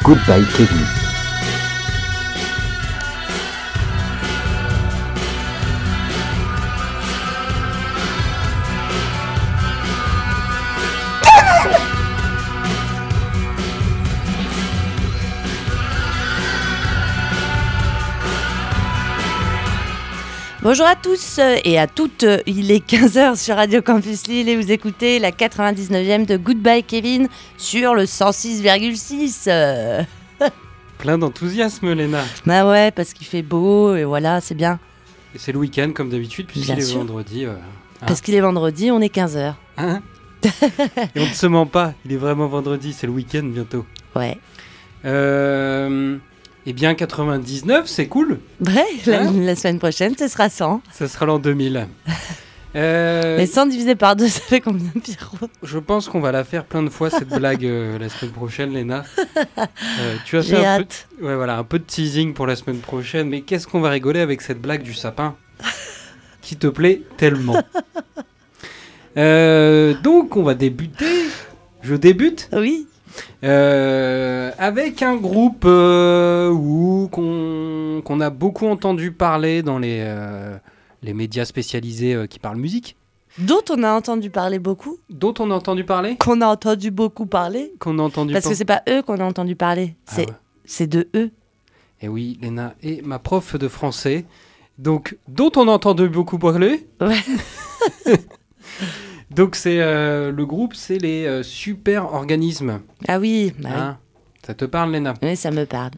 Goodbye Kevin. Bonjour à tous et à toutes, il est 15h sur Radio Campus Lille et vous écoutez la 99e de Goodbye Kevin sur le 106,6. Plein d'enthousiasme, Léna. Bah ouais, parce qu'il fait beau et voilà, c'est bien. Et c'est le week-end comme d'habitude puisqu'il est vendredi. Parce qu'il est vendredi, on est 15h. Hein et on ne se ment pas, il est vraiment vendredi, c'est le week-end bientôt. Ouais. Eh bien 99, c'est cool. Ouais, la semaine prochaine, ce sera 100. Ça sera l'an 2000. Mais 100 divisé par 2, ça fait combien, Pierrot ? Je pense qu'on va la faire plein de fois, cette blague, la semaine prochaine, Léna. Tu as fait un peu de teasing pour la semaine prochaine, mais qu'est-ce qu'on va rigoler avec cette blague du sapin qui te plaît tellement. Donc, on va débuter. Je débute ? Oui. Avec un groupe qu'on a beaucoup entendu parler dans les médias spécialisés qui parlent musique. Dont on a entendu parler beaucoup. Dont on a entendu parler. Qu'on a entendu beaucoup parler. Qu'on a entendu Parce que c'est pas eux qu'on a entendu parler, c'est de eux. Et oui, Léna est ma prof de français. Donc, dont on a entendu beaucoup parler. Ouais. Donc c'est le groupe, c'est les Super Organismes. Ah oui, hein, ça te parle, Léna ? Oui, ça me parle.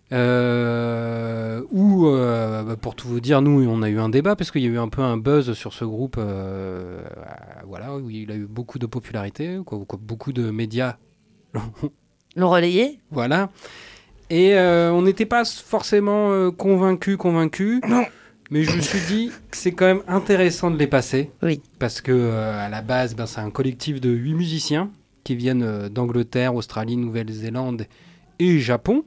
Pour tout vous dire, nous, on a eu un débat parce qu'il y a eu un peu un buzz sur ce groupe, où il a eu beaucoup de popularité, beaucoup de médias l'ont relayé. Voilà. Et on n'était pas forcément convaincus. Non. Mais je me suis dit que c'est quand même intéressant de les passer. Oui. Parce que à la base, c'est un collectif de 8 musiciens qui viennent d'Angleterre, Australie, Nouvelle-Zélande et Japon.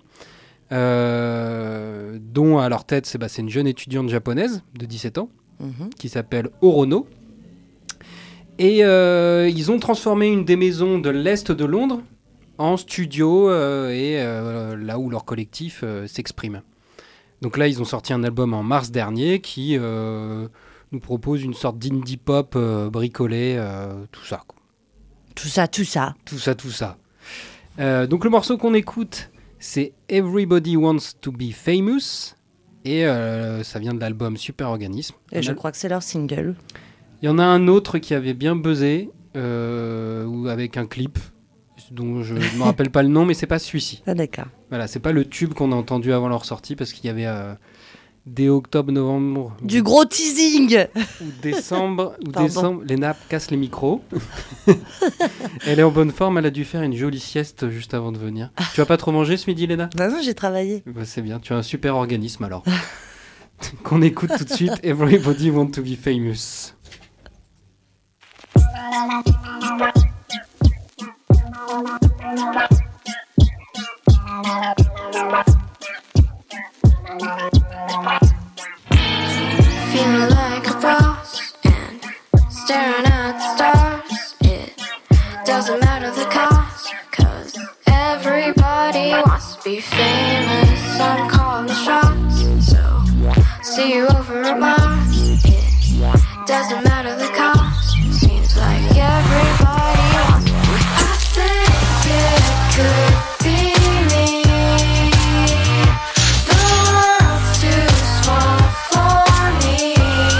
Dont à leur tête, c'est une jeune étudiante japonaise de 17 ans qui s'appelle Orono. Et ils ont transformé une des maisons de l'Est de Londres en studio là où leur collectif s'exprime. Donc là, ils ont sorti un album en mars dernier qui nous propose une sorte d'indie pop bricolé, tout ça. Tout ça. Donc le morceau qu'on écoute, c'est Everybody Wants to be Famous. Et ça vient de l'album Super Organisme. Et je crois que c'est leur single. Il y en a un autre qui avait bien buzzé, avec un clip dont je ne me rappelle pas le nom, mais c'est pas celui-ci. Ah d'accord. Voilà, c'est pas le tube qu'on a entendu avant leur sortie, parce qu'il y avait dès octobre, novembre... Du gros teasing. Ou décembre, Léna casse les micros. Elle est en bonne forme, elle a dû faire une jolie sieste juste avant de venir. Tu as pas trop mangé ce midi, Léna ? Non, j'ai travaillé. C'est bien, tu as un super organisme alors. Qu'on écoute tout de suite, Everybody Want to be Famous. Feeling like a boss and staring at the stars. It doesn't matter the cost, 'cause everybody wants to be famous. I'm calling the shots, so see you over at Mars. It doesn't matter the cost, seems like everybody wants to be. I think it could be me. The world's too small for me.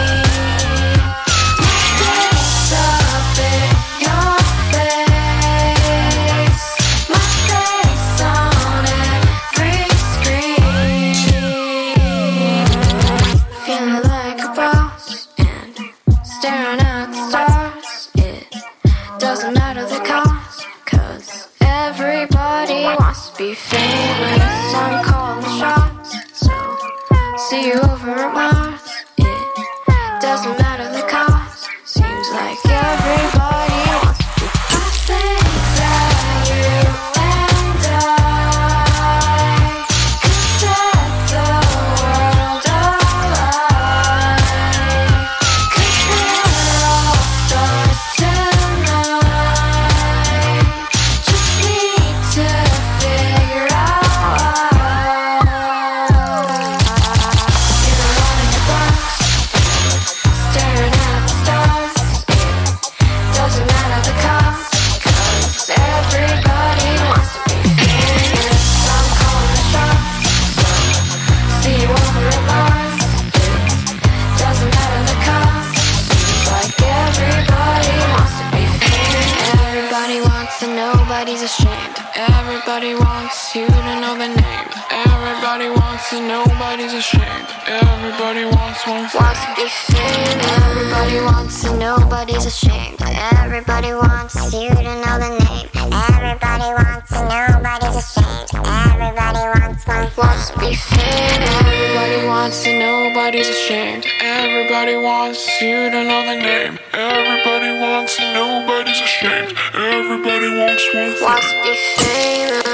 My face up in your face, my face on every screen. Feeling like a boss and staring at the stars. It doesn't matter the cost, 'cause everybody wants to be famous. I'm calling the shots, so see you over at Mars. It doesn't matter the cost, seems like everybody wants to be. I think that you and I could set the world alight, 'cause we're all stars tonight. Just need to figure out Everybody wants and nobody's ashamed. Everybody wants to be famous. Everybody wants and nobody's ashamed. Everybody wants you to know the name. Everybody wants and nobody's ashamed. Everybody wants to be famous. Everybody wants and nobody's ashamed. Everybody wants you to know the name. Everybody wants and nobody's ashamed. Everybody wants to be famous.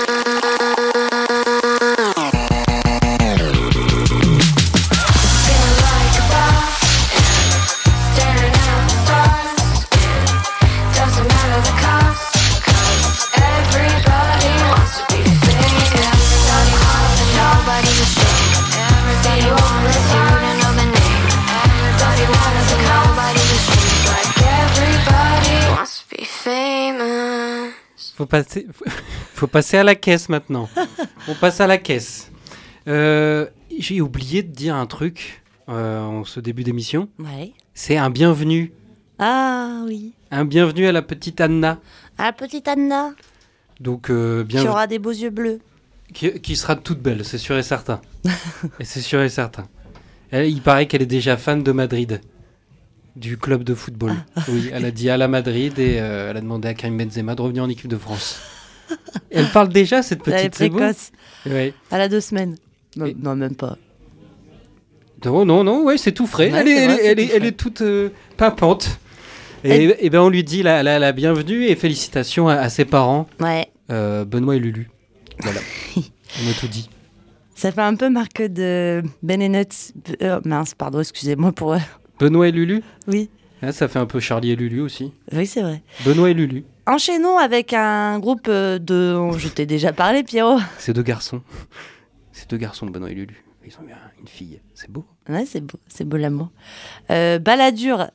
Faut passer à la caisse maintenant. On passe à la caisse. J'ai oublié de dire un truc en ce début d'émission. Ouais. C'est un bienvenue. Ah oui. Un bienvenue à la petite Anna. À la petite Anna. Donc, qui aura des beaux yeux bleus. Qui sera toute belle, c'est sûr et certain. Et c'est sûr et certain. Il paraît qu'elle est déjà fan de Madrid. Du club de football. Oui, elle a dit à la Madrid et elle a demandé à Karim Benzema de revenir en équipe de France. Elle parle déjà, cette petite, c'est beau. Oui. Elle a 2 semaines. Non, même pas. Non, ouais, c'est tout frais. Ouais, elle est toute pimpante. Et ben on lui dit la bienvenue et félicitations à ses parents. Ouais. Benoît et Lulu. Voilà. On a tout dit. Ça fait un peu marque de Ben et Nuts. Mince, pardon, excusez-moi pour... Benoît et Lulu ? Oui. Ah, ça fait un peu Charlie et Lulu aussi. Oui, c'est vrai. Benoît et Lulu. Enchaînons avec un groupe de... Je t'ai déjà parlé, Pierrot. C'est 2 garçons. C'est 2 garçons, Benoît et Lulu. Ils ont eu une fille. C'est beau. Ouais, c'est beau. C'est beau l'amour. Balladur.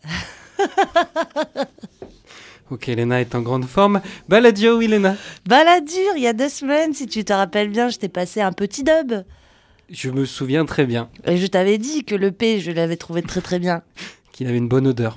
Ok, Léna est en grande forme. Balladur, oui, Léna. Balladur, il y a 2 semaines, si tu te rappelles bien, je t'ai passé un petit dub. Je me souviens très bien. Et je t'avais dit que le P, je l'avais trouvé très très bien. Qu'il avait une bonne odeur.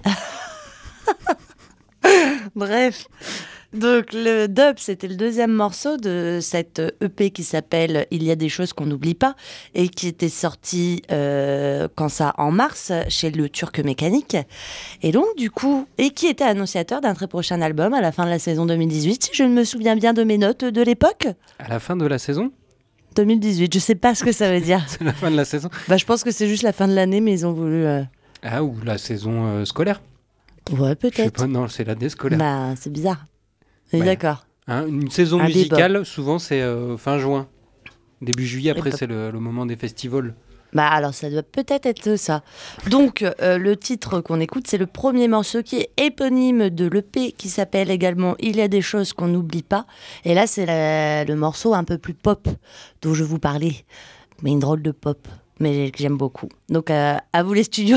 Bref. Donc le dub, c'était le 2e morceau de cette EP qui s'appelle Il y a des choses qu'on n'oublie pas et qui était sorti quand ça en mars chez le Turc Mécanique. Et donc du coup, et qui était annonciateur d'un très prochain album à la fin de la saison 2018, si je me souviens bien de mes notes de l'époque. À la fin de la saison ? 2018, je sais pas ce que ça veut dire. C'est la fin de la saison ? Bah, je pense que c'est juste la fin de l'année, mais ils ont voulu... Ah, ou la saison scolaire ? Ouais, peut-être. Je sais pas, non, c'est l'année scolaire. Bah, c'est bizarre. On est d'accord. Hein, une saison Un musicale, débat. souvent, c'est fin juin. Début juillet, après, c'est le moment des festivals. Bah alors ça doit peut-être être ça. Donc le titre qu'on écoute, c'est le premier morceau qui est éponyme de l'EP qui s'appelle également Il y a des choses qu'on n'oublie pas. Et là c'est le morceau un peu plus pop dont je vous parlais. Mais une drôle de pop, mais que j'aime beaucoup. Donc à vous les studios.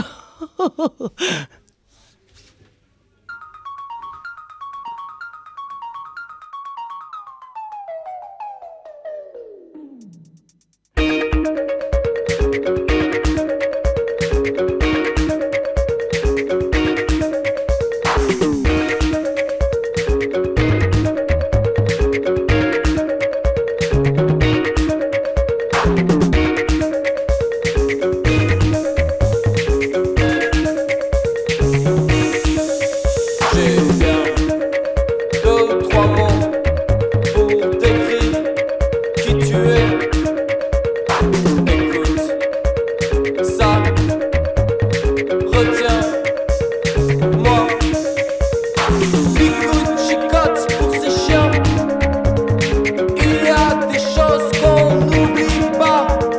Il y a des choses qu'on n'oublie pas.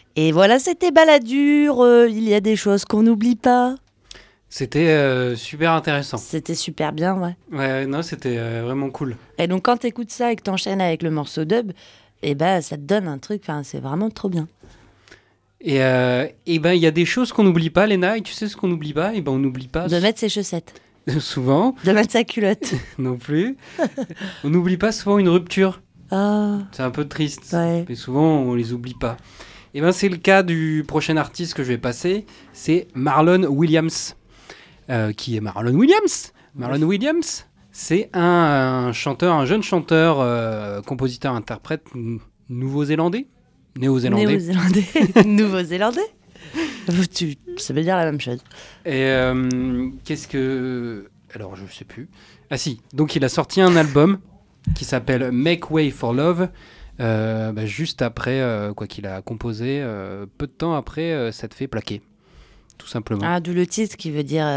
Et voilà, c'était Balladur. Il y a des choses qu'on n'oublie pas. C'était super intéressant. C'était super bien, ouais. Ouais, non, c'était vraiment cool. Et donc, quand t'écoutes ça et que t'enchaînes avec le morceau dub, et ben, ça te donne un truc, c'est vraiment trop bien. Et ben, il y a des choses qu'on n'oublie pas, Léna, et tu sais ce qu'on n'oublie pas? Et ben, on n'oublie pas... De mettre ses chaussettes. Souvent. De mettre sa culotte. Non plus. On n'oublie pas souvent une rupture. Ah. C'est un peu triste. Ouais. Mais souvent, on les oublie pas. Et ben, c'est le cas du prochain artiste que je vais passer. C'est Marlon Williams. Qui est Marlon Williams? Marlon Williams, c'est un chanteur, un jeune chanteur, compositeur, interprète néo-zélandais. Nouveau-zélandais. Ça veut dire la même chose. Et qu'est-ce que... Alors, je sais plus. Ah si, donc il a sorti un album qui s'appelle Make Way for Love, juste après, qu'il a composé, peu de temps après s'être fait plaquer, tout simplement. Ah, d'où le titre qui veut dire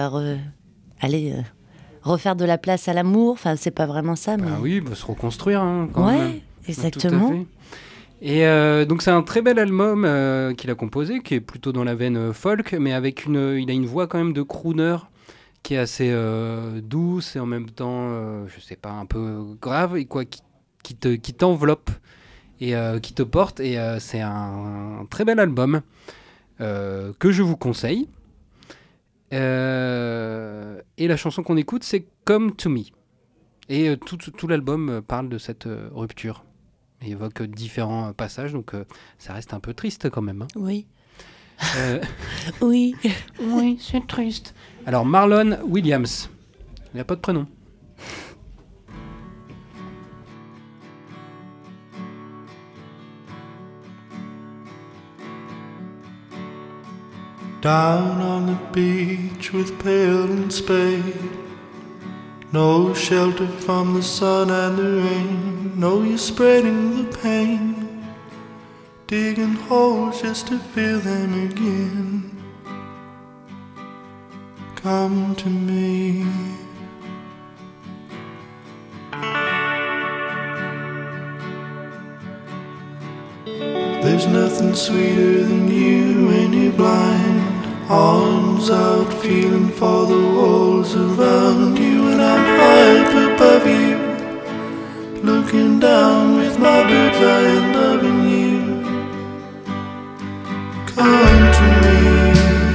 refaire de la place à l'amour. Enfin, c'est pas vraiment ça, mais... Ah oui, se reconstruire, quand même. Ouais, exactement. Tout à fait. Et donc c'est un très bel album qu'il a composé, qui est plutôt dans la veine folk, mais il a une voix quand même de crooner qui est assez douce et en même temps, je sais pas, un peu grave, et qui t'enveloppe et qui te porte. Et c'est un très bel album que je vous conseille. Et la chanson qu'on écoute, c'est Come to Me. Et tout l'album parle de cette rupture. Il évoque différents passages, donc ça reste un peu triste quand même. Hein. Oui. Oui. Oui, c'est triste. Alors, Marlon Williams. Il n'y a pas de prénom. Down on the beach with pail and spade, no shelter from the sun and the rain. No, you're spreading the pain, digging holes just to fill them again. Come to me. There's nothing sweeter than you when you're blind. Arms out, feeling for the walls around you, and I'm high up above you, looking down with my bird's eye and loving you. Come to me.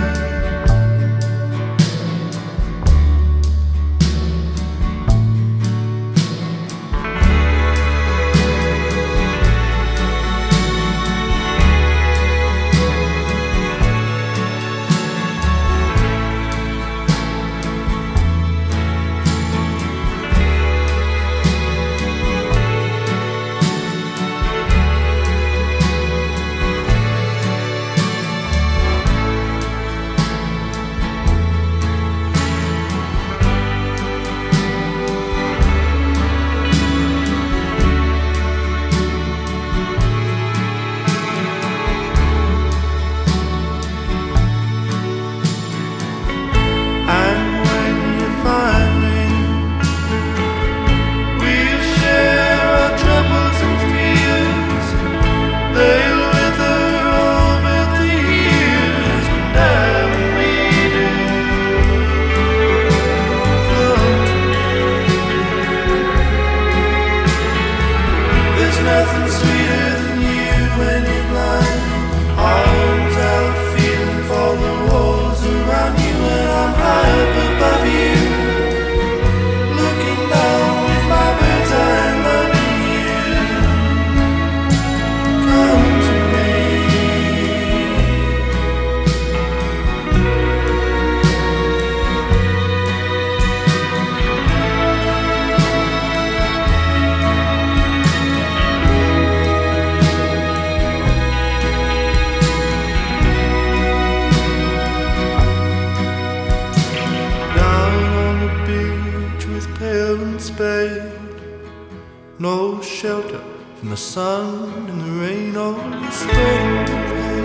No shelter from the sun and the rain, oh, you're spreading the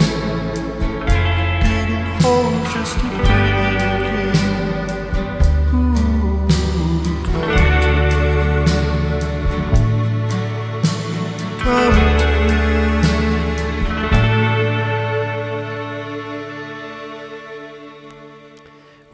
pain, digging holes just to fill them again. Ooh, come to me.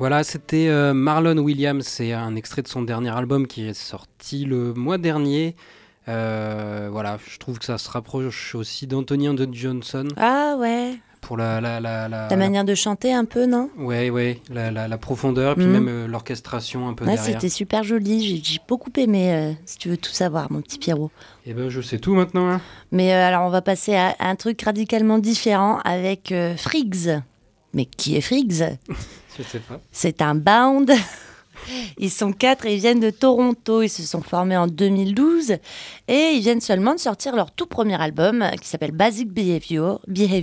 Voilà, c'était Marlon Williams, c'est un extrait de son dernier album qui est sorti le mois dernier. Voilà, je trouve que ça se rapproche aussi d'Anthony and the Johnson. Ah ouais. Pour la manière de chanter un peu, non ? Ouais, la profondeur, puis même l'orchestration un peu derrière. C'était super joli, j'ai beaucoup aimé, si tu veux tout savoir, mon petit Pierrot. Eh ben, je sais tout maintenant. Hein. Mais alors, on va passer à un truc radicalement différent avec Friggs. Mais qui est Friggs ? Je sais pas. C'est un band. Ils sont 4 et ils viennent de Toronto. Ils se sont formés en 2012 et ils viennent seulement de sortir leur tout premier album qui s'appelle Basic Behavior,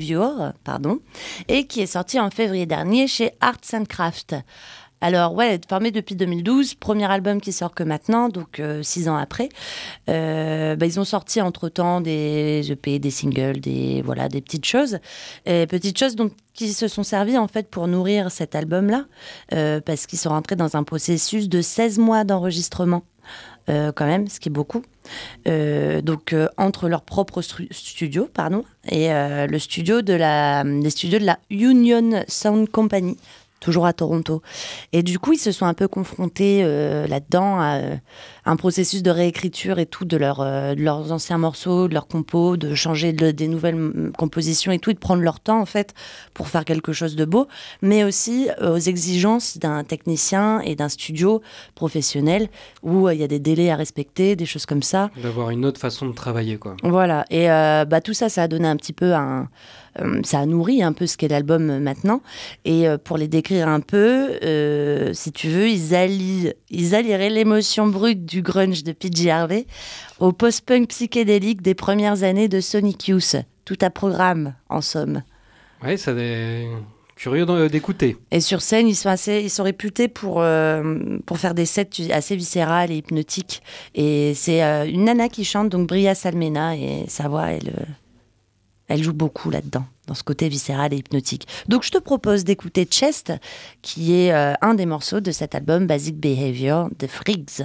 et qui est sorti en février dernier chez Arts and Crafts. Alors ouais, formé depuis 2012, premier album qui sort que maintenant, donc 6 ans après. Ils ont sorti entre-temps des EP, des singles, des petites choses. Petites choses qui se sont servies en fait pour nourrir cet album-là, parce qu'ils sont rentrés dans un processus de 16 mois d'enregistrement. Quand même, ce qui est beaucoup. Entre leur propre studio, et les studios de la Union Sound Company, toujours à Toronto. Et du coup, ils se sont un peu confrontés là-dedans à un processus de réécriture et tout de leurs anciens morceaux, de leurs compos, de changer des nouvelles compositions et tout, et de prendre leur temps, en fait, pour faire quelque chose de beau, mais aussi aux exigences d'un technicien et d'un studio professionnel où il y a des délais à respecter, des choses comme ça. D'avoir une autre façon de travailler, quoi. Voilà. Et tout ça, ça a donné un petit peu ça a nourri un peu ce qu'est l'album maintenant. Et pour les décrire un peu, si tu veux, ils allieraient l'émotion brute du grunge de PJ Harvey au post-punk psychédélique des premières années de Sonic Youth. Tout à programme, en somme. Ouais, ça est curieux d'écouter. Et sur scène, ils sont réputés pour faire des sets assez viscérales et hypnotiques. Et c'est une nana qui chante, donc Bria Salmena, et sa voix, elle joue beaucoup là-dedans, dans ce côté viscéral et hypnotique. Donc je te propose d'écouter Chest, qui est un des morceaux de cet album Basic Behavior de Friggs.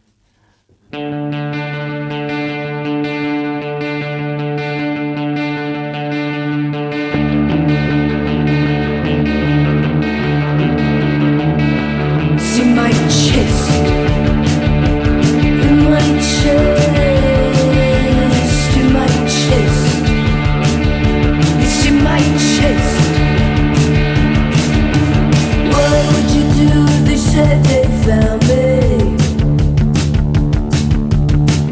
See my chest, my chest, my chest. My chest. What would you do if they said they found me?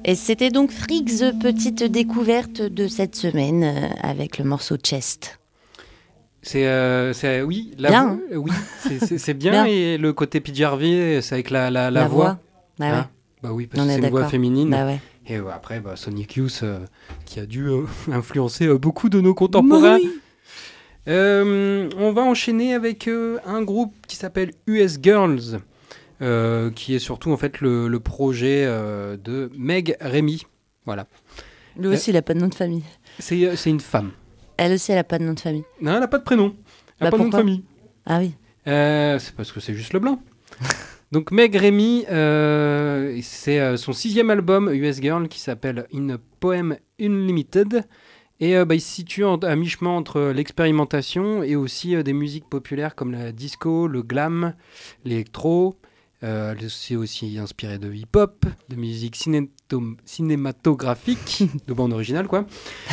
Et c'était donc Freaks, petite découverte de cette semaine avec le morceau Chest. Oui, Bien, oui, c'est bien, Bien. et le côté PJ Harvey, c'est avec la voix. Ah ouais. Hein, bah oui, parce On que est c'est une voix d'accord. féminine. Bah ouais. Et après, Sonic Youth, qui a dû influencer beaucoup de nos contemporains. Oui. On va enchaîner avec un groupe qui s'appelle US Girls, qui est surtout en fait le projet de Meg Remy. Voilà. Lui aussi, il n'a pas de nom de famille. C'est une femme. Elle aussi, elle n'a pas de nom de famille. Non, elle n'a pas de prénom. Elle n'a pas de nom de pourquoi famille. Ah oui. C'est parce que c'est juste le blanc. Donc Meg Remy, c'est son 6e album US Girl qui s'appelle In a Poem Unlimited. Et il se situe à mi-chemin entre l'expérimentation et aussi des musiques populaires comme la disco, le glam, l'électro. C'est aussi inspiré de hip-hop, de musique cinématographique, de bande originale quoi.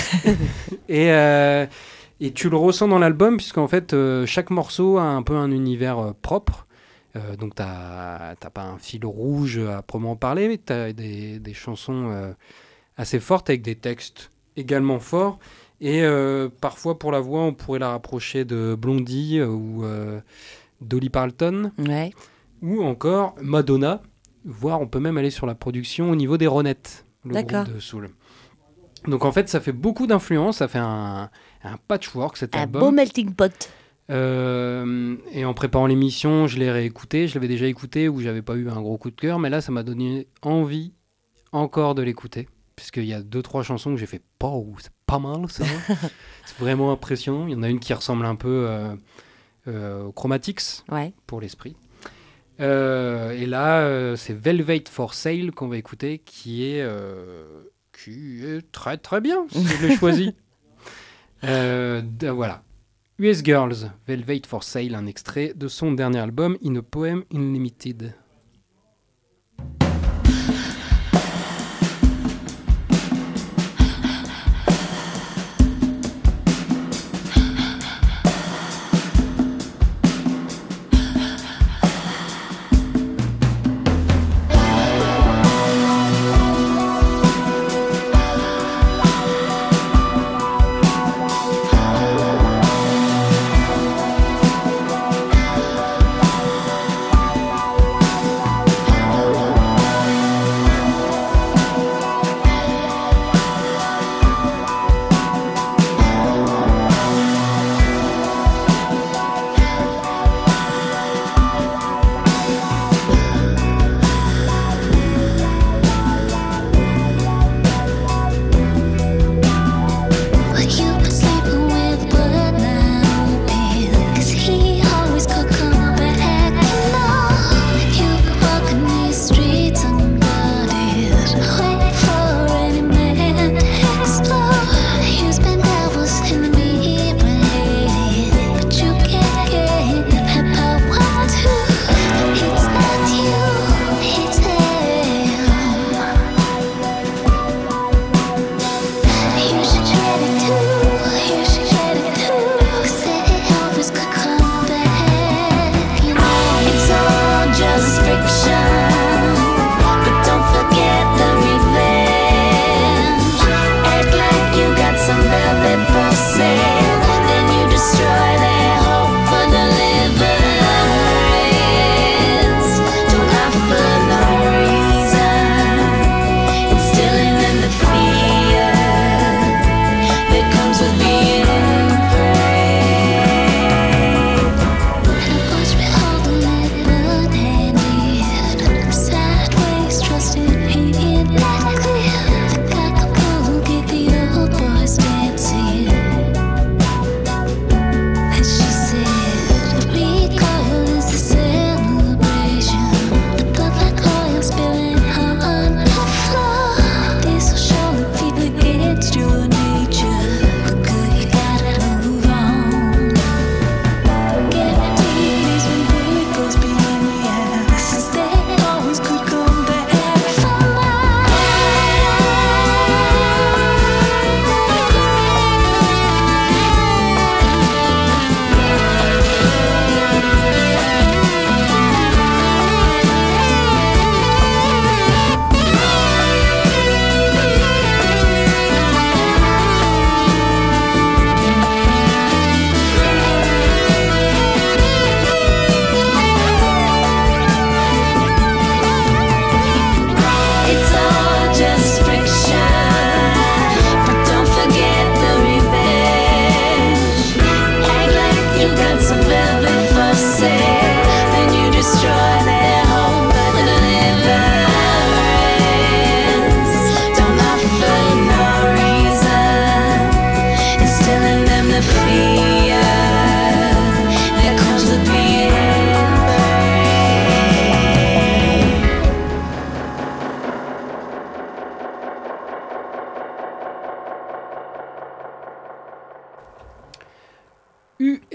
Et tu le ressens dans l'album puisqu'en fait chaque morceau a un peu un univers propre. Donc t'as pas un fil rouge à proprement parler, mais t'as des chansons assez fortes avec des textes également forts. Et parfois pour la voix on pourrait la rapprocher de Blondie ou Dolly Parton. Ouais. Ou encore Madonna, voire on peut même aller sur la production au niveau des Ronettes, le D'accord. groupe de soul. Donc en fait ça fait beaucoup d'influence, ça fait un patchwork cet Un album. beau melting pot. Et en préparant l'émission, je l'ai réécouté, je l'avais déjà écouté où j'avais pas eu un gros coup de cœur, mais là ça m'a donné envie encore de l'écouter. Puisqu'il y a 2-3 chansons que j'ai fait « Oh, c'est pas mal ça !» C'est vraiment impressionnant. Il y en a une qui ressemble un peu aux Chromatics, Ouais. pour l'esprit. Et là, c'est Velvet for Sale qu'on va écouter, qui est très très bien, si je l'ai choisi. Voilà. US Girls, Velvet for Sale, un extrait de son dernier album, In a Poem Unlimited.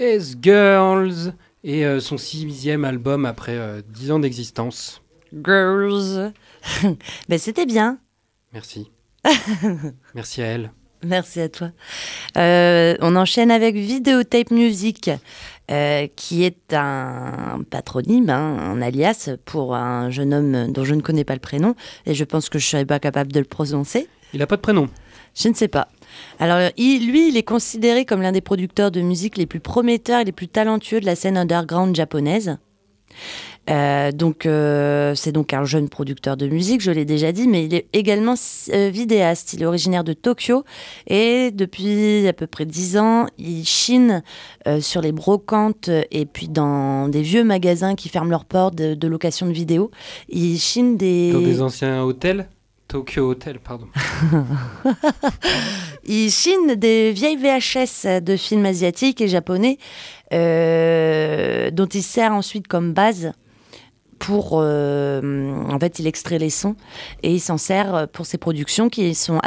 Yes Girls et son 6e album après 10 ans d'existence. Girls. Ben, c'était bien. Merci. Merci à elle. Merci à toi. On enchaîne avec Videotape Music, qui est un patronyme, un alias pour un jeune homme dont je ne connais pas le prénom, et je pense que je ne serais pas capable de le prononcer. Il n'a pas de prénom. Je ne sais pas. Alors, il est considéré comme l'un des producteurs de musique les plus prometteurs et les plus talentueux de la scène underground japonaise. C'est donc un jeune producteur de musique, je l'ai déjà dit, mais il est également vidéaste. Il est originaire de Tokyo et depuis à peu près 10 ans, il chine sur les brocantes et puis dans des vieux magasins qui ferment leurs portes de location de vidéos. Il chine Dans des anciens hôtels Tokyo Hotel, pardon. Il chine des vieilles VHS de films asiatiques et japonais dont il sert ensuite comme base pour... en fait, il extrait les sons et il s'en sert pour ses productions qui sont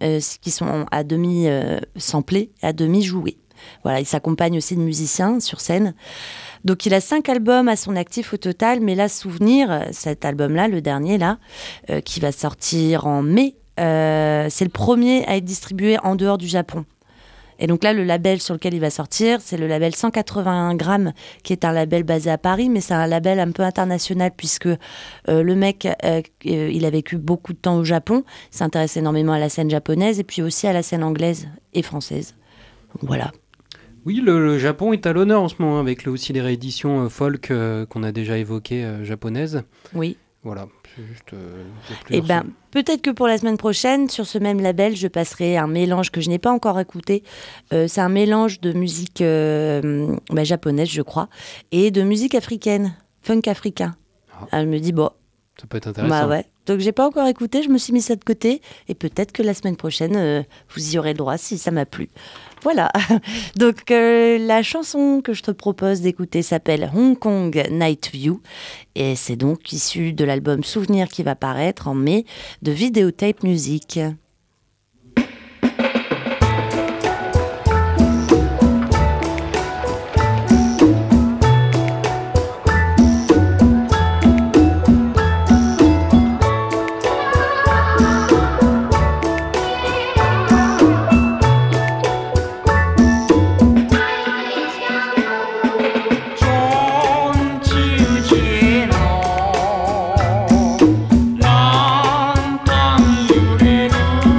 à demi samplées, à demi jouées. Voilà, il s'accompagne aussi de musiciens sur scène. Donc, il a 5 albums à son actif au total, mais là, Souvenir, cet album-là, le dernier, là, qui va sortir en mai, c'est le premier à être distribué en dehors du Japon. Et donc là, le label sur lequel il va sortir, c'est le label 181 grammes, qui est un label basé à Paris, mais c'est un label un peu international, puisque le mec, il a vécu beaucoup de temps au Japon, il s'intéresse énormément à la scène japonaise, et puis aussi à la scène anglaise et française. Donc, voilà. Oui, le Japon est à l'honneur en ce moment, avec aussi les rééditions folk qu'on a déjà évoquées japonaises. Oui. Voilà, c'est juste Eh ben, peut-être que pour la semaine prochaine, sur ce même label, je passerai un mélange que je n'ai pas encore écouté. C'est un mélange de musique japonaise, je crois, et de musique africaine, funk africain. Alors, je me dis, bon... Ça peut être intéressant. Ouais. Donc, j'ai pas encore écouté, je me suis mis ça de côté, et peut-être que la semaine prochaine, vous y aurez le droit si ça m'a plu. Voilà. Donc, la chanson que je te propose d'écouter s'appelle Hong Kong Night View, et c'est donc issu de l'album Souvenir qui va paraître en mai de Videotape Music. 난 땅 유래로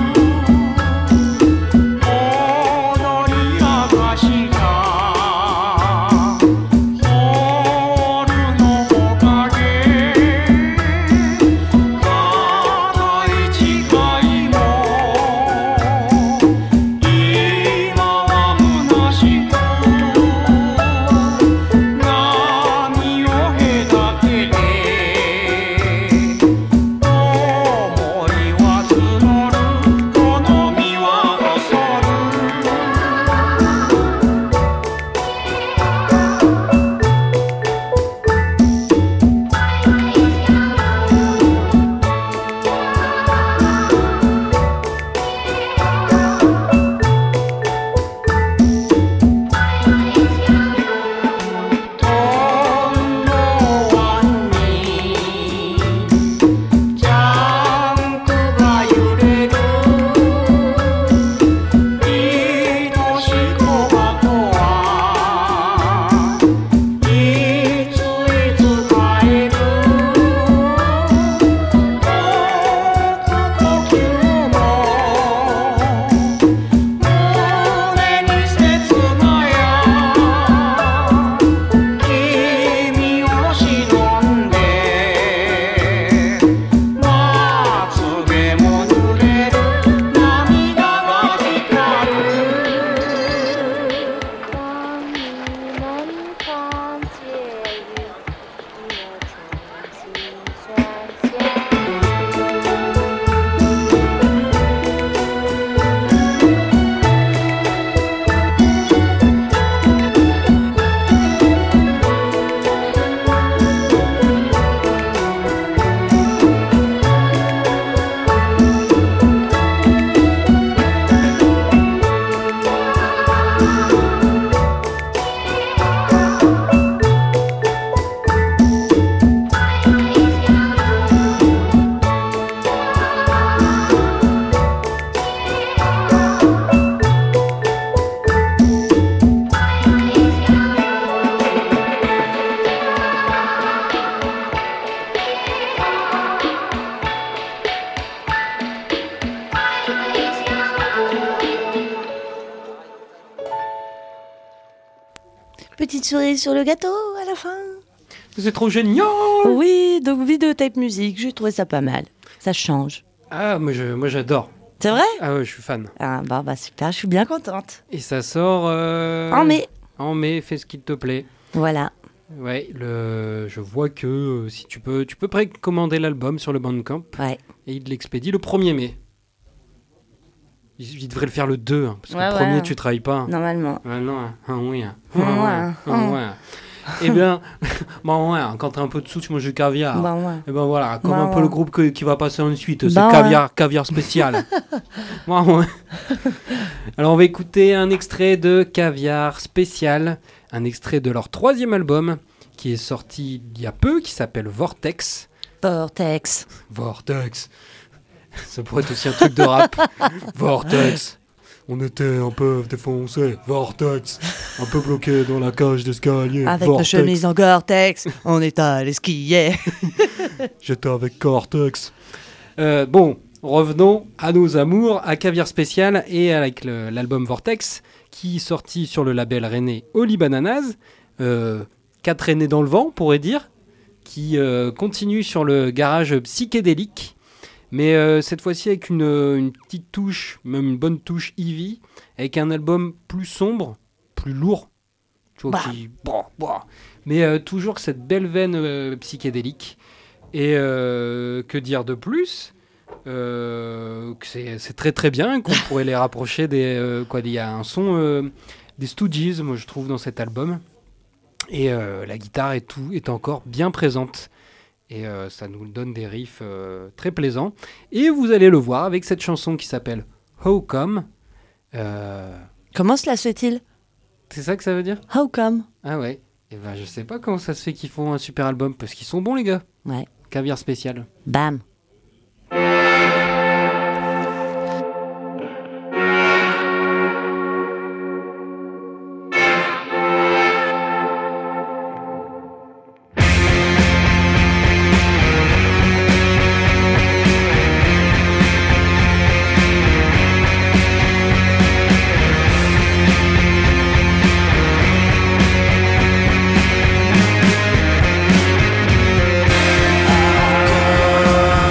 cerise sur le gâteau à la fin. C'est trop génial. Oui, donc vidéotape musique, j'ai trouvé ça pas mal. Ça change. Ah, moi j'adore. C'est vrai? Ah ouais, je suis fan. Ah bah super, je suis bien contente. Et ça sort... En mai. En mai, fais ce qu'il te plaît. Voilà. Ouais, je vois que si tu peux précommander l'album sur le Bandcamp. Ouais. Et il l'expédie le 1er mai. Il devrait le faire le 2, hein, parce que le 1er, tu travailles pas. Normalement. Ah non, oui. Ouais. Eh bien, bon, ouais, quand t'as un peu de sous, tu manges du caviar. Bah ouais. Et ben voilà, comme Bah un peu ouais. le groupe qui va passer ensuite, c'est Bah caviar spécial. Bah ouais. Alors on va écouter un extrait de Caviar spécial, un extrait de leur 3e album qui est sorti il y a peu, qui s'appelle Vortex. Vortex. Ça pourrait être aussi un truc de rap. Vortex. On était un peu défoncé. Vortex. Un peu bloqué dans la cage d'escalier. Avec Vortex. nos chemises en Gore-Tex, on est allé skier. J'étais avec Cortex. Bon, revenons à nos amours, à Caviar Spécial et avec l'album Vortex, qui est sorti sur le label rennais Holy Bananas. 4 rennais dans le vent, on pourrait dire, qui continue sur le garage psychédélique. Mais cette fois-ci avec une petite touche, même une bonne touche Eevee, avec un album plus sombre, plus lourd. Tu vois, mais toujours cette belle veine psychédélique. Et que dire de plus que c'est très très bien, qu'on pourrait les rapprocher des... il y a un son des Stooges, moi je trouve, dans cet album. Et la guitare est encore bien présente. Et ça nous donne des riffs très plaisants. Et vous allez le voir avec cette chanson qui s'appelle How Come. Comment cela se fait-il? C'est ça que ça veut dire? How come? Ah ouais. Et ben je sais pas comment ça se fait qu'ils font un super album, parce qu'ils sont bons les gars. Ouais. Caviar Spécial. Bam. How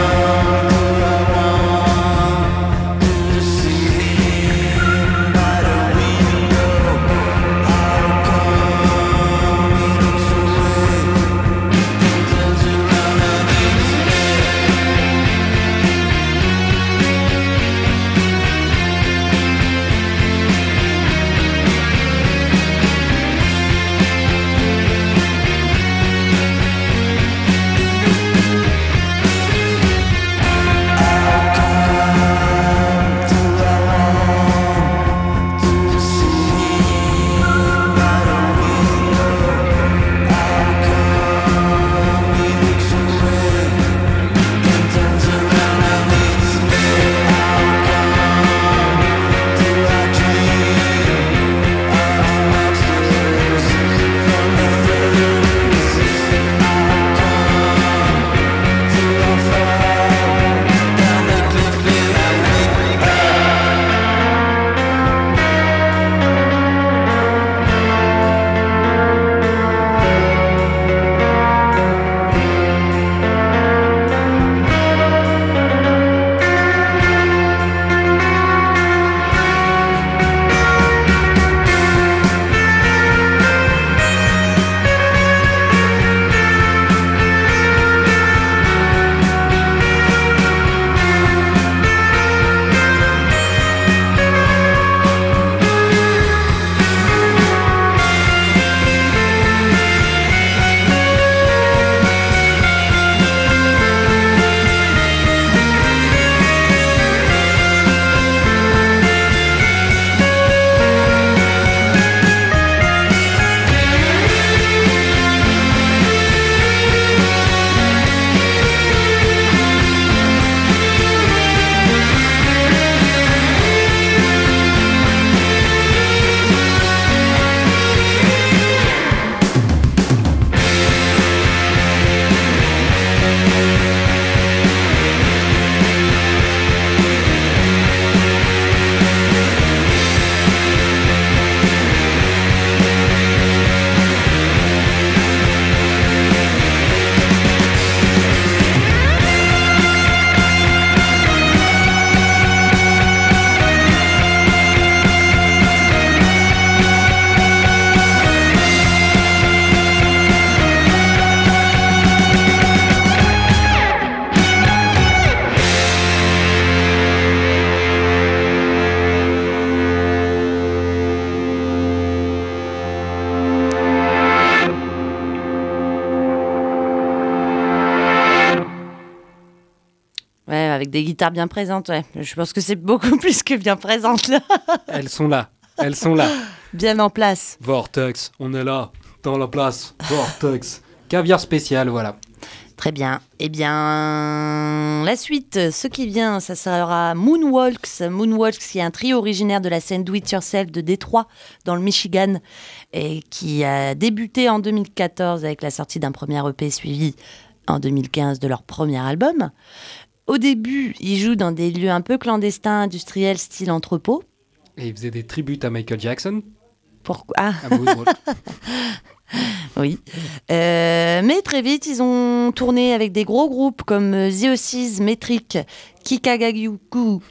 avec des guitares bien présentes, ouais. Je pense que c'est beaucoup plus que bien présentes, là. Elles sont là. Elles sont là. Bien en place. Vortex, on est là, dans la place. Vortex. Caviar spécial, voilà. Très bien. Eh bien, la suite, ce qui vient, ça sera Moonwalks. Moonwalks, qui est un trio originaire de la scène Do It Yourself de Détroit, dans le Michigan, et qui a débuté en 2014 avec la sortie d'un premier EP suivi en 2015 de leur premier album. Au début, ils jouent dans des lieux un peu clandestins, industriels, style entrepôt. Et ils faisaient des tributes à Michael Jackson. Pourquoi Ah, À Moonwalk. oui. Mais très vite, ils ont tourné avec des gros groupes comme The Ossies, Metric, Kikagaku.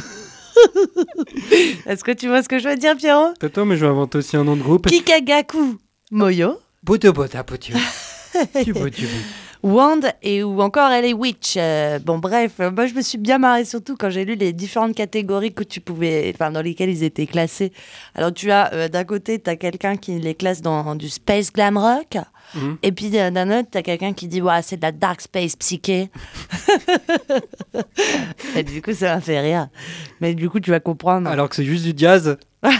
Est-ce que tu vois ce que je veux dire, Pierrot Attends, mais je vais inventer aussi un nom de groupe. Kikagaku Moyo, Bota, potu. Wand ou encore LA Witch. Bon, bref, moi je me suis bien marrée, surtout quand j'ai lu les différentes catégories que dans lesquelles ils étaient classés. Alors tu as d'un côté, tu as quelqu'un qui les classe dans du space glam rock, et puis d'un autre, tu as quelqu'un qui dit ouais, c'est de la dark space psyché. Et du coup, ça m'a fait rire. Mais du coup, tu vas comprendre. Alors que c'est juste du jazz.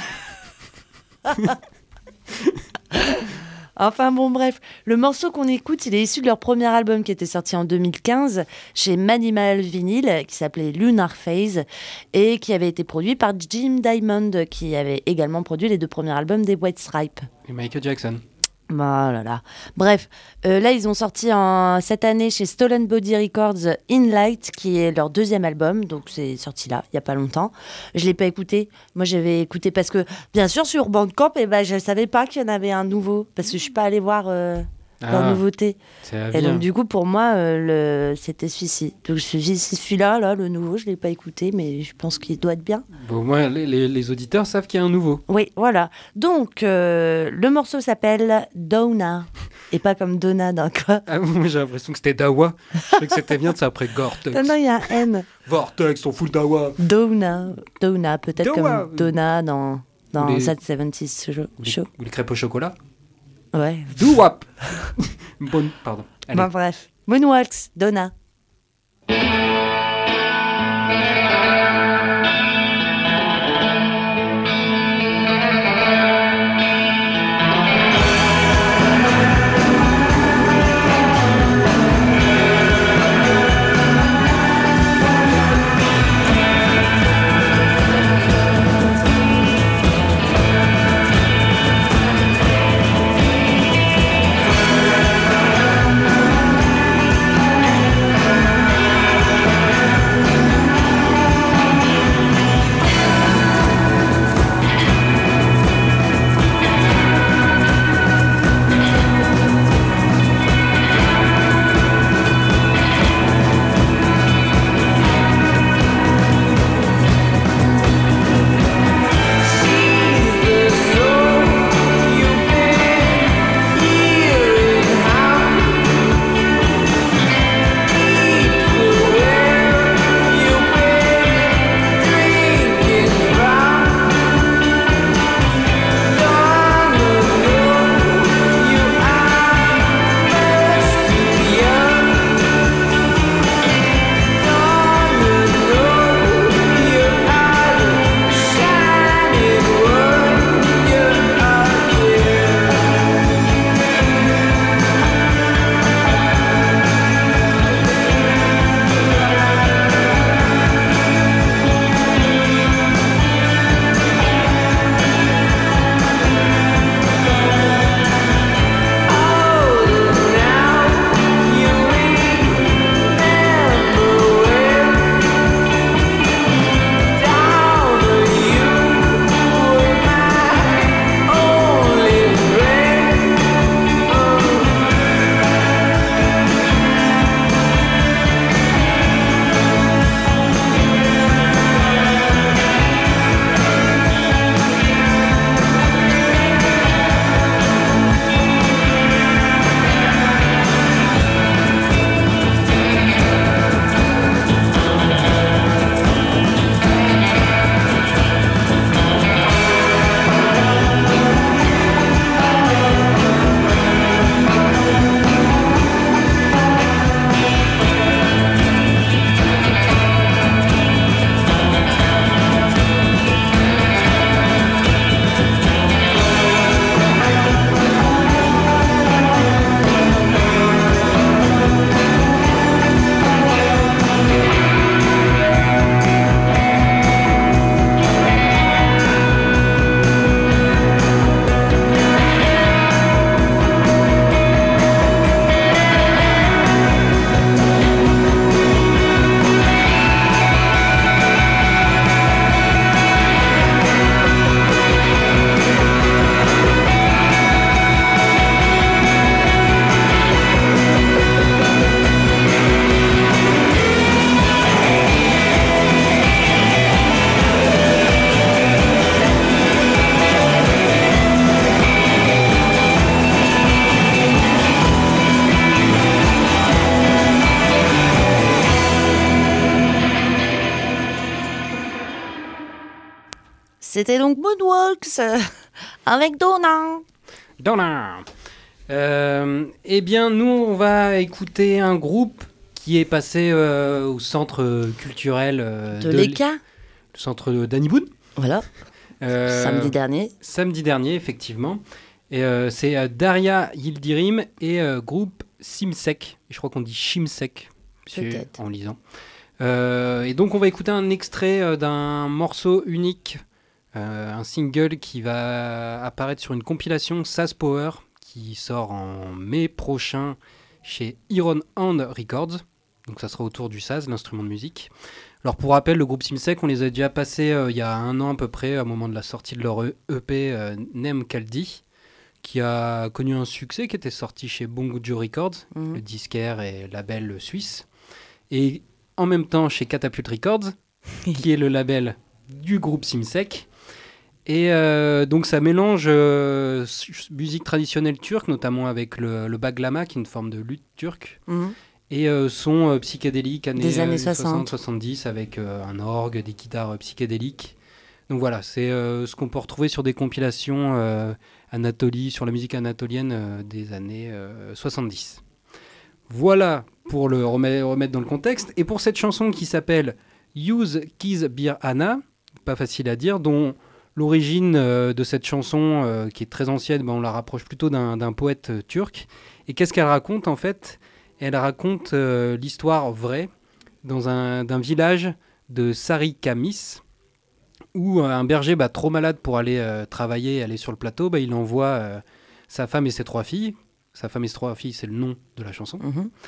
Enfin bon, bref, le morceau qu'on écoute, il est issu de leur premier album qui était sorti en 2015 chez Manimal Vinyl, qui s'appelait Lunar Phase, et qui avait été produit par Jim Diamond, qui avait également produit les 2 premiers albums des White Stripes. Et Michael Jackson. Oh là là. Bref, là ils ont sorti cette année chez Stolen Body Records In Light, qui est leur 2e album, donc c'est sorti là, il n'y a pas longtemps. Je ne l'ai pas écouté, moi j'avais écouté parce que, bien sûr sur Bandcamp, je ne savais pas qu'il y en avait un nouveau, parce que je ne suis pas allée voir leur nouveauté. Et donc du coup pour moi, c'était celui-ci. Donc je me suis dit, c'est celui-là, là, le nouveau, je ne l'ai pas écouté, mais je pense qu'il doit être bien. Bon, au moins les auditeurs savent qu'il y a un nouveau. Oui, voilà. Donc, le morceau s'appelle Donna. Et pas comme Donna dans quoi. Ah, moi j'ai l'impression que c'était Dawa. Je sais que c'était bien de ça après Gortex. Non, il y a un N. Vortex, on fout le Dawa. Donna, peut-être Dawa. comme Donna dans les- That 70's Show. Ou les crêpes au chocolat. Ouais. Doo-wop. Pardon. Allez. Bon, bref. Moonwalks, Donna. Donna, c'était donc Moonwalks avec Donna. Donna. Eh bien, nous, on va écouter un groupe qui est passé au centre culturel De l'ECA. le centre Danny Boone. Voilà, samedi dernier. Samedi dernier, effectivement. Et c'est Daria Yildirim et groupe Simsek. Et je crois qu'on dit Shimsek Peut-être. en lisant. Et donc, on va écouter un extrait d'un morceau unique, un single qui va apparaître sur une compilation Saz Power qui sort en mai prochain chez Iron Hand Records. Donc ça sera autour du saz, l'instrument de musique. Alors pour rappel, le groupe Simsek, on les a déjà passés il y a 1 an à peu près, au moment de la sortie de leur EP Nem Kaldi, qui a connu un succès, qui était sorti chez Bongojo Records, le disquaire et label suisse. Et en même temps chez Catapult Records, qui est le label du groupe Simsek. Et donc ça mélange musique traditionnelle turque, notamment avec le baglama, qui est une forme de luth turque, et son psychédélique Des années 60-70 avec un orgue, des guitares psychédéliques. Donc voilà, c'est ce qu'on peut retrouver sur des compilations Anatolie, sur la musique anatolienne des années 70. Voilà pour le remettre dans le contexte. Et pour cette chanson qui s'appelle Use Kiz Bir Ana, pas facile à dire, dont l'origine de cette chanson, qui est très ancienne, on la rapproche plutôt d'un poète turc. Et qu'est-ce qu'elle raconte en fait ? Elle raconte l'histoire vraie d'un village de Sarikamis, où un berger trop malade pour aller travailler, aller sur le plateau, il envoie sa femme et ses 3 filles. Sa femme et ses 3 filles, c'est le nom de la chanson.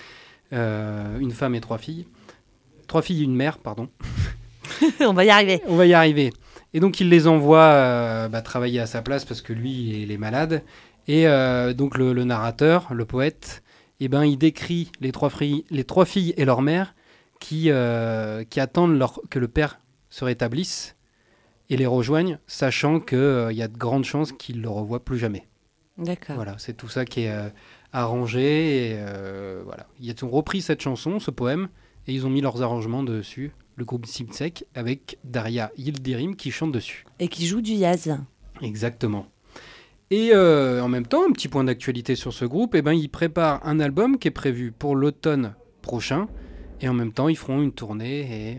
Une femme et 3 filles. 3 filles et une mère, pardon. On va y arriver. On va y arriver. Et donc il les envoie travailler à sa place parce que lui, il est malade. Et donc le narrateur, le poète, il décrit les 3 filles et leur mère qui attendent que le père se rétablisse et les rejoignent, sachant qu'il y a de grandes chances qu'ils ne le revoient plus jamais. D'accord. Voilà, c'est tout ça qui est arrangé. Et, voilà. Ils ont repris cette chanson, ce poème, et ils ont mis leurs arrangements dessus. Le groupe Simsek avec Daria Yildirim qui chante dessus. Et qui joue du jazz. Exactement. Et en même temps, un petit point d'actualité sur ce groupe, ils préparent un album qui est prévu pour l'automne prochain. Et en même temps, ils feront une tournée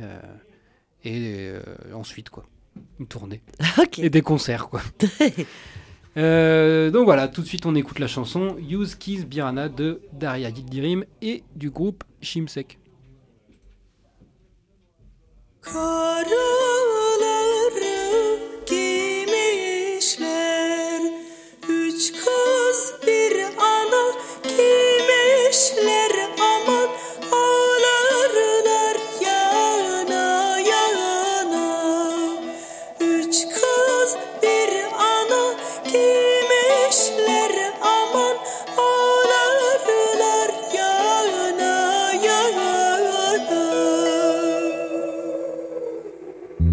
et ensuite, quoi. Une tournée. Ok. Et des concerts, quoi. Donc voilà, tout de suite, on écoute la chanson Use Kiz Birana de Daria Yildirim et du groupe Shimsek. Karaları giymişler, 3 kız bir ana giymişler, aman ağlarlar yana yana. 3 kız bir ana giymişler, aman ağlarlar yana yana.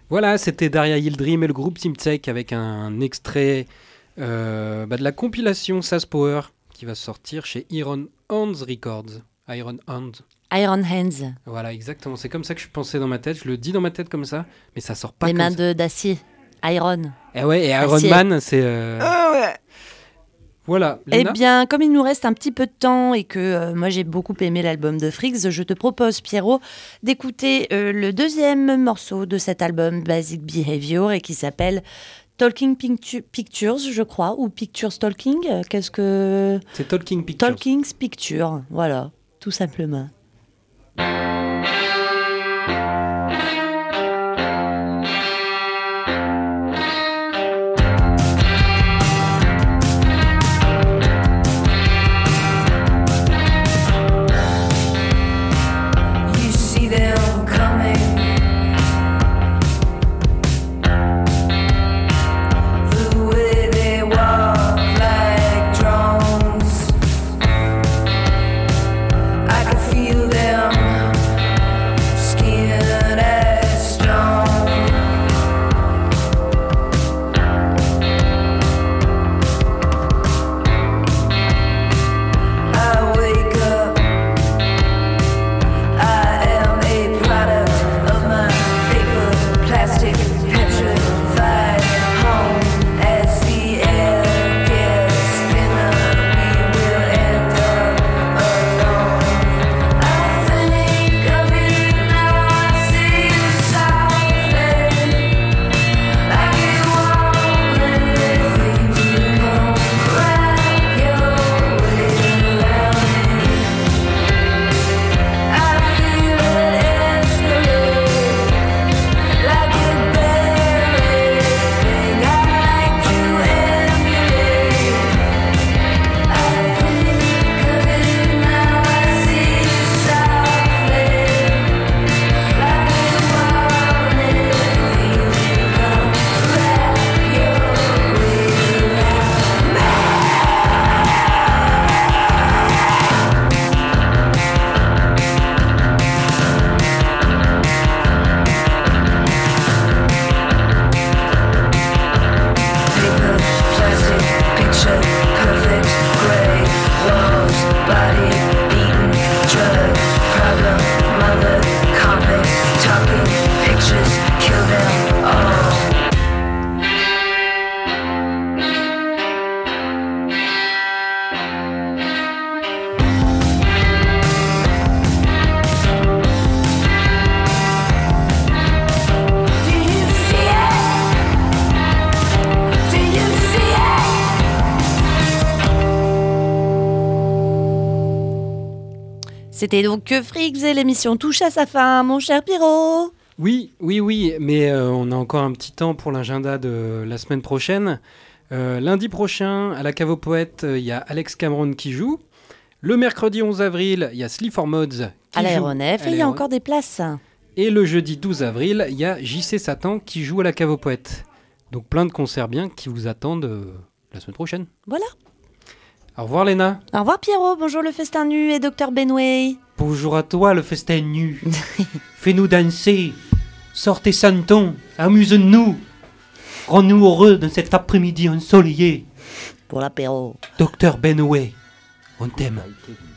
Voilà, c'était Daria Yildirim et le groupe Simcek avec un extrait de la compilation Sass Power qui va sortir chez Iron Hands Records. Iron Hands. Iron Hands. Voilà, exactement. C'est comme ça que je pensais dans ma tête. Je le dis dans ma tête comme ça, mais ça sort pas Les comme mains ça. d'acier. Iron. Et ouais, et Iron Acier. Man, c'est... Voilà. Eh Léna bien, comme il nous reste un petit peu de temps et que moi j'ai beaucoup aimé l'album de Friggs, je te propose, Pierrot, d'écouter le deuxième morceau de cet album, Basic Behavior, et qui s'appelle Talking Pictures, je crois, ou Pictures Talking. Qu'est-ce que... C'est Talking Pictures. Talking Pictures, voilà, tout simplement. You see them coming. The way they walk like drones. I can feel them, skin as stone. I wake up. I am a product of my paper, plastic, petrified home. As the air gets thinner, we will end up alone. I think of it now, I see it softly. Like it won't let things come. Wrap your way around me. I feel it escalate like a berry thing I like to emulate. I think of it now, I see it softly, like it won't let things come. Wrap your way around me. Paper, plastic, picture, perfect, gray walls, body, beaten, drug, problem, mother, complex, talking, pictures, kill them all. Do you see it? Do you see it? C'était donc Friggs et l'émission touche à sa fin, mon cher Pierrot. Oui, mais on a encore un petit temps pour l'agenda de la semaine prochaine. Lundi prochain, à la Cave aux Poètes, il y a Alex Cameron qui joue. Le mercredi 11 avril, il y a Sleaford Mods qui À joue l'aéronef, et il y a encore des places. Et le jeudi 12 avril, il y a JC Satan qui joue à la Cave aux Poètes. Donc plein de concerts bien qui vous attendent la semaine prochaine. Voilà. Au revoir Léna. Au revoir Pierrot, bonjour le festin nu et Dr Benway. Bonjour à toi le festin nu. Fais-nous danser. Sortez Santon. Amuse-nous. Rends-nous heureux dans cet après-midi ensoleillé. Pour l'apéro. Dr Benway, on t'aime.